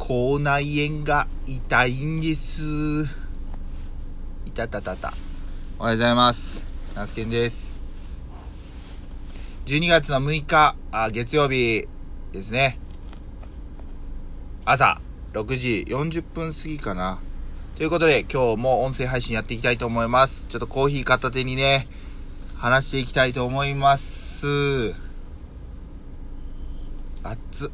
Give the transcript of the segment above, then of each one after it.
口内炎が痛いんです。いたたたた。おはようございます。ナスケンです。12月の6日、月曜日ですね。朝6時40分過ぎかな。ということで、今日も音声配信やっていきたいと思います。ちょっとコーヒー片手にね、話していきたいと思います。熱っ。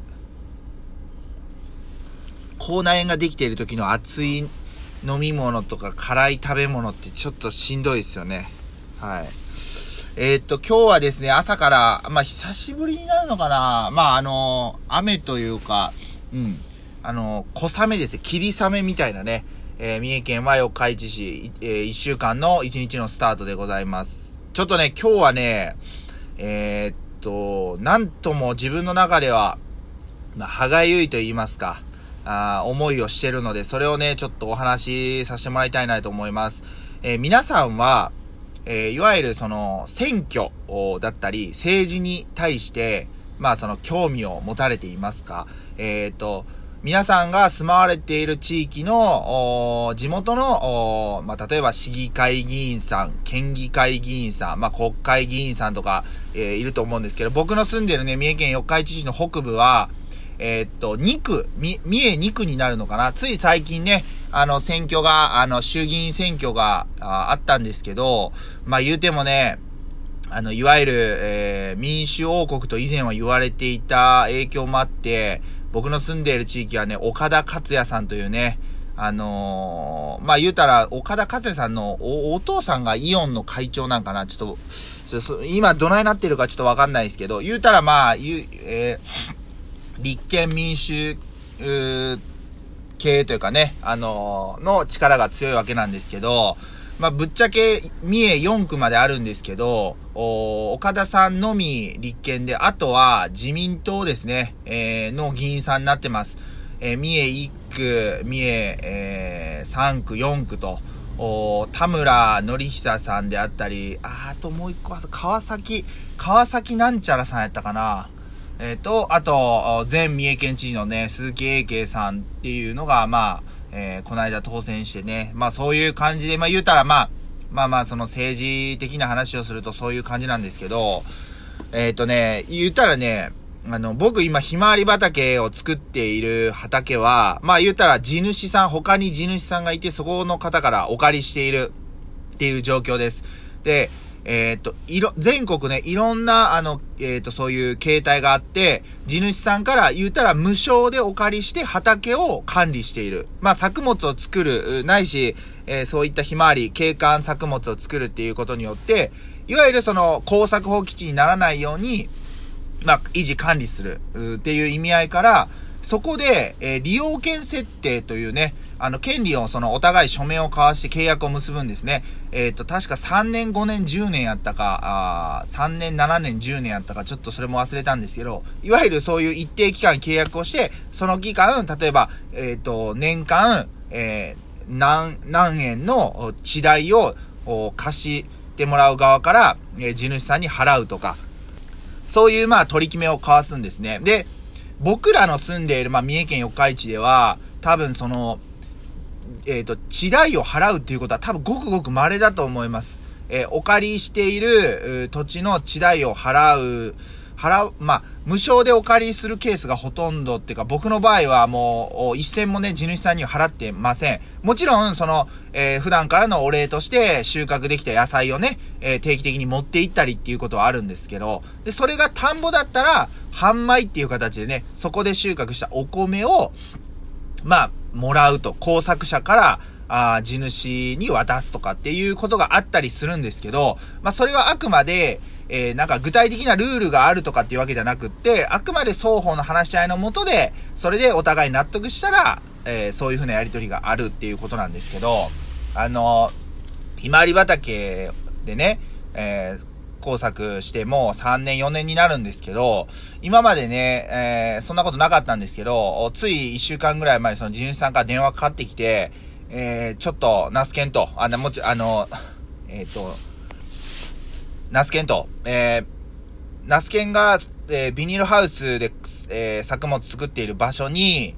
口内炎ができている時の熱い飲み物とか辛い食べ物ってちょっとしんどいですよね。はい。今日はですね、朝から、久しぶりになるのかな。雨というか、小雨ですね。霧雨みたいなね。三重県は四日市市、1週間の1日のスタートでございます。ちょっとね、今日はね、なんとも自分の中では、歯がゆいと言いますか、思いをしてるので、それをね、ちょっとお話しさせてもらいたいなと思います。皆さんは、いわゆるその、選挙だったり、政治に対して、その興味を持たれていますか？皆さんが住まわれている地域の、地元の、例えば市議会議員さん、県議会議員さん、国会議員さんとか、いると思うんですけど、僕の住んでるね、三重県四日市市の北部は、三重2区になるのかな。つい最近ね、選挙が、衆議院選挙が あったんですけど、言うてもね、いわゆる、民主王国と以前は言われていた影響もあって、僕の住んでいる地域はね、岡田克也さんというね、言うたら、岡田克也さんの お父さんがイオンの会長なんかな。ちょっと、今どないなってるかちょっとわかんないですけど、言うたら立憲民主、系というかね、の力が強いわけなんですけど、ぶっちゃけ、三重4区まであるんですけど、岡田さんのみ立憲で、あとは自民党ですね、の議員さんになってます。三重1区、三重、3区、4区と、田村典久さんであったり、あともう一個は、川崎なんちゃらさんやったかな。あと、前三重県知事のね、鈴木英慶さんっていうのが、この間当選してね、そういう感じで、言うたらその政治的な話をするとそういう感じなんですけど、言うたらね、僕今ひまわり畑を作っている畑は、言うたら他に地主さんがいて、そこの方からお借りしているっていう状況です。で、全国ね、いろんな、そういう形態があって、地主さんから言うたら無償でお借りして畑を管理している。作物を作る、ないし、そういったひまわり、景観作物を作るっていうことによって、いわゆるその耕作放棄地にならないように、維持管理する、っていう意味合いから、そこで、利用権設定というね、権利をお互い書面を交わして契約を結ぶんですね。確か3年、5年、10年やったか、3年、7年、10年やったか、ちょっとそれも忘れたんですけど、いわゆるそういう一定期間契約をして、その期間、例えば、年間、何円の地代を貸してもらう側から、地主さんに払うとか、そういう取り決めを交わすんですね。で、僕らの住んでいる三重県四日市では、多分地代を払うっていうことは多分ごくごく稀だと思います。お借りしている土地の地代を無償でお借りするケースがほとんどっていうか、僕の場合はもう一銭もね、地主さんには払ってません。もちろん、普段からのお礼として収穫できた野菜をね、定期的に持って行ったりっていうことはあるんですけど、で、それが田んぼだったら、販売っていう形でね、そこで収穫したお米を、もらうと、耕作者から、地主に渡すとかっていうことがあったりするんですけど、それはあくまで、具体的なルールがあるとかっていうわけじゃなくって、あくまで双方の話し合いのもとで、それでお互い納得したら、そういうふうなやりとりがあるっていうことなんですけど、ひまわり畑でね、工作してもう3年4年になるんですけど、今までね、そんなことなかったんですけど、つい1週間ぐらい前にその地主さんから電話かかってきて、ちょっと、ナスケンと、ナスケンが、ビニールハウスで、作物作っている場所に、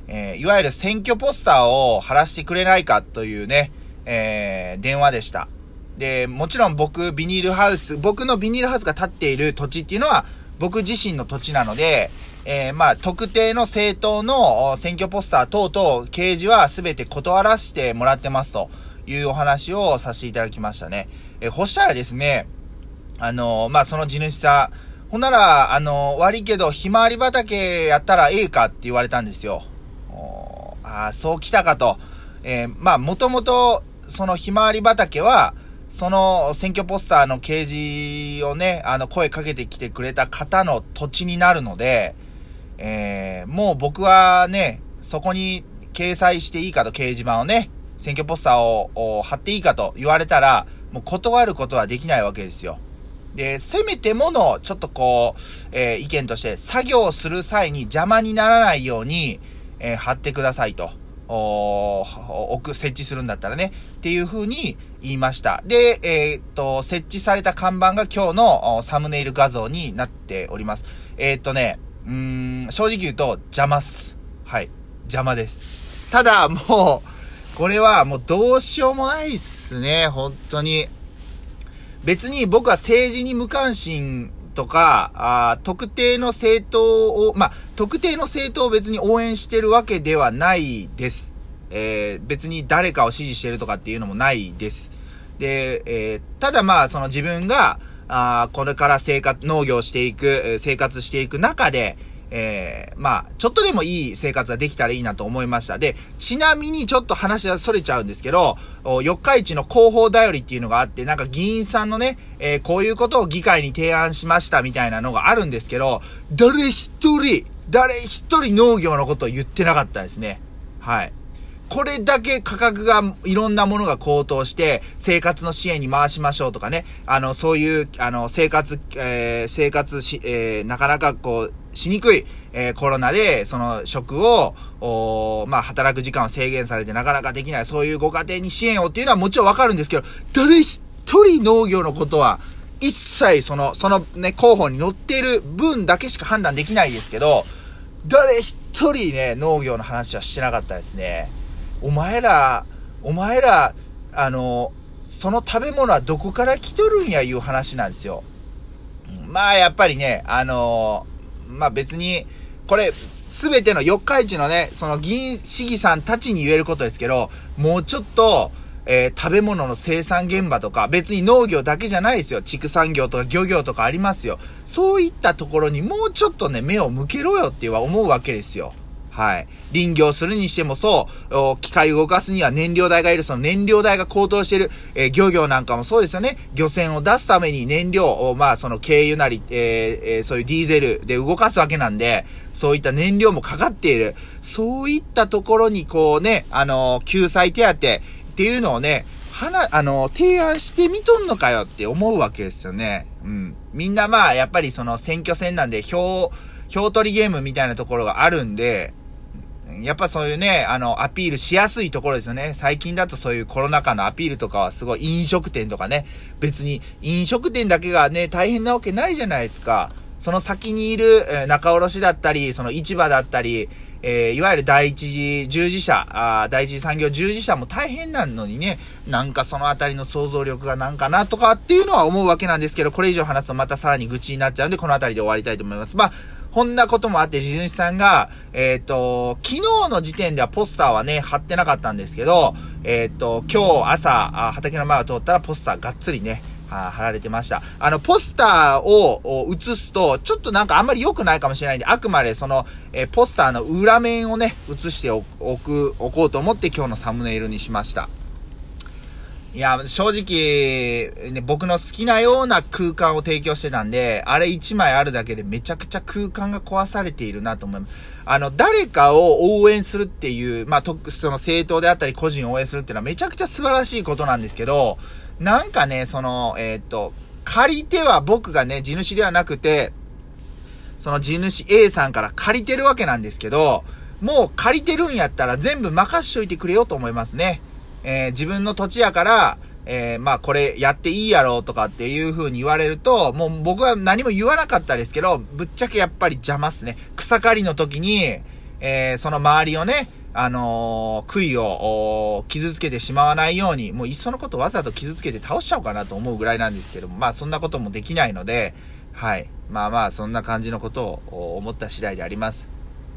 いわゆる選挙ポスターを貼らせてくれないかというね、電話でした。で、もちろん僕のビニールハウスが建っている土地っていうのは僕自身の土地なので、特定の政党の選挙ポスター等々掲示は全て断らせてもらってますというお話をさせていただきましたね。そしたらですね、その地主さん、ほんなら、悪いけど、ひまわり畑やったらええかって言われたんですよ。そう来たかと。もともと、そのひまわり畑は、その選挙ポスターの掲示をね、声かけてきてくれた方の土地になるので、もう僕はね、そこに掲載していいかと、掲示板をね、選挙ポスターを貼っていいかと言われたら、もう断ることはできないわけですよ。で、せめてもの、ちょっと意見として、作業をする際に邪魔にならないように、貼ってくださいと。設置するんだったらね。っていう風に言いました。で、設置された看板が今日のサムネイル画像になっております。正直言うと邪魔っす。はい。邪魔です。ただ、もう、これはもうどうしようもないっすね。本当に。別に僕は政治に無関心とか、特定の政党を別に応援してるわけではないです。別に誰かを支持してるとかっていうのもないです。で、ただその自分が、これから農業していく、生活していく中で、ちょっとでもいい生活ができたらいいなと思いました。で、ちなみにちょっと話は逸れちゃうんですけど、四日市の広報だよりっていうのがあって、なんか議員さんのね、こういうことを議会に提案しましたみたいなのがあるんですけど、誰一人農業のことを言ってなかったですね。はい。これだけ価格が、いろんなものが高騰して、生活の支援に回しましょうとかね、そういう、なかなかしにくい、コロナで、その職を、働く時間を制限されてなかなかできない、そういうご家庭に支援をっていうのはもちろんわかるんですけど、誰一人農業のことは、一切そのね、候補に載っている分だけしか判断できないですけど、誰一人ね、農業の話はしてなかったですね。お前ら、その食べ物はどこから来とるんやいう話なんですよ。やっぱりね、別に、これ、すべての四日市のね、その議員市議さんたちに言えることですけど、もうちょっと、食べ物の生産現場とか、別に農業だけじゃないですよ。畜産業とか漁業とかありますよ。そういったところにもうちょっとね、目を向けろよって思うわけですよ。はい。林業するにしてもそう、機械動かすには燃料代がいる、その燃料代が高騰している、漁業なんかもそうですよね。漁船を出すために燃料を、その軽油なり、そういうディーゼルで動かすわけなんで、そういった燃料もかかっている。そういったところに救済手当っていうのをね、提案してみとんのかよって思うわけですよね。うん。みんなやっぱりその選挙戦なんで票取りゲームみたいなところがあるんで、やっぱそういうね、アピールしやすいところですよね。最近だとそういうコロナ禍のアピールとかはすごい飲食店とかね、別に飲食店だけがね、大変なわけないじゃないですか。その先にいる仲卸だったり、その市場だったり、いわゆる第一次産業従事者も大変なのにね、なんかそのあたりの想像力がなんかなとかっていうのは思うわけなんですけど、これ以上話すとまたさらに愚痴になっちゃうんで、このあたりで終わりたいと思います。こんなこともあって、地主さんが、昨日の時点ではポスターはね、貼ってなかったんですけど、今日朝、畑の前を通ったらポスターがっつりね、貼られてました。ポスターを写すと、ちょっとなんかあんまり良くないかもしれないんで、あくまでその、ポスターの裏面をね、写しておこうと思って今日のサムネイルにしました。いや、正直、ね、僕の好きなような空間を提供してたんで、あれ一枚あるだけでめちゃくちゃ空間が壊されているなと思います。誰かを応援するっていう、その政党であったり個人を応援するっていうのはめちゃくちゃ素晴らしいことなんですけど、なんかね、借り手は僕がね、地主ではなくて、その地主 A さんから借りてるわけなんですけど、もう借りてるんやったら全部任しといてくれよと思いますね。自分の土地やから、これやっていいやろうとかっていう風に言われると、もう僕は何も言わなかったですけど、ぶっちゃけやっぱり邪魔っすね。草刈りの時に、 その周りをね、杭を傷つけてしまわないように、もういっそのことわざと傷つけて倒しちゃおうかなと思うぐらいなんですけども、まあそんなこともできないので、はい。まあまあそんな感じのことを思った次第であります。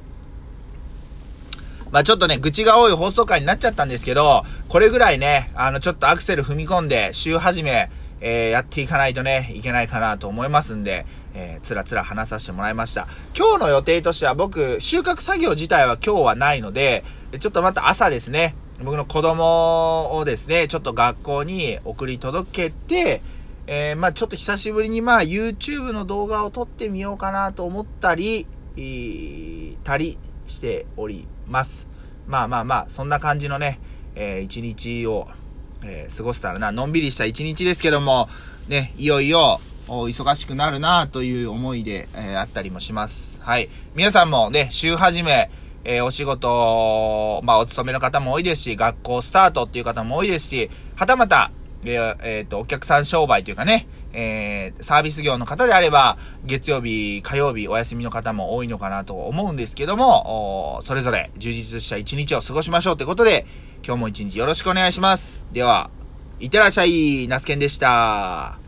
まあちょっとね、愚痴が多い放送回になっちゃったんですけど、これぐらいね、ちょっとアクセル踏み込んで、週始め、やっていかないとね、いけないかなと思いますんで、つらつら話させてもらいました。今日の予定としては僕、収穫作業自体は今日はないので、ちょっとまた朝ですね、僕の子供をですね、ちょっと学校に送り届けて、まあちょっと久しぶりにまあ YouTube の動画を撮ってみようかなと思ったり、しております。まあ、そんな感じのね、一日を、過ごせたらな、のんびりした一日ですけども、ね、いよいよ、忙しくなるなという思いで、あったりもします。はい。皆さんもね、週始め、お仕事、まあ、お勤めの方も多いですし、学校スタートっていう方も多いですし、はたまた、お客さん商売というかね、サービス業の方であれば、月曜日、火曜日、お休みの方も多いのかなと思うんですけども、それぞれ充実した一日を過ごしましょうということで、今日も一日よろしくお願いします。では、いってらっしゃい、ナスケンでした。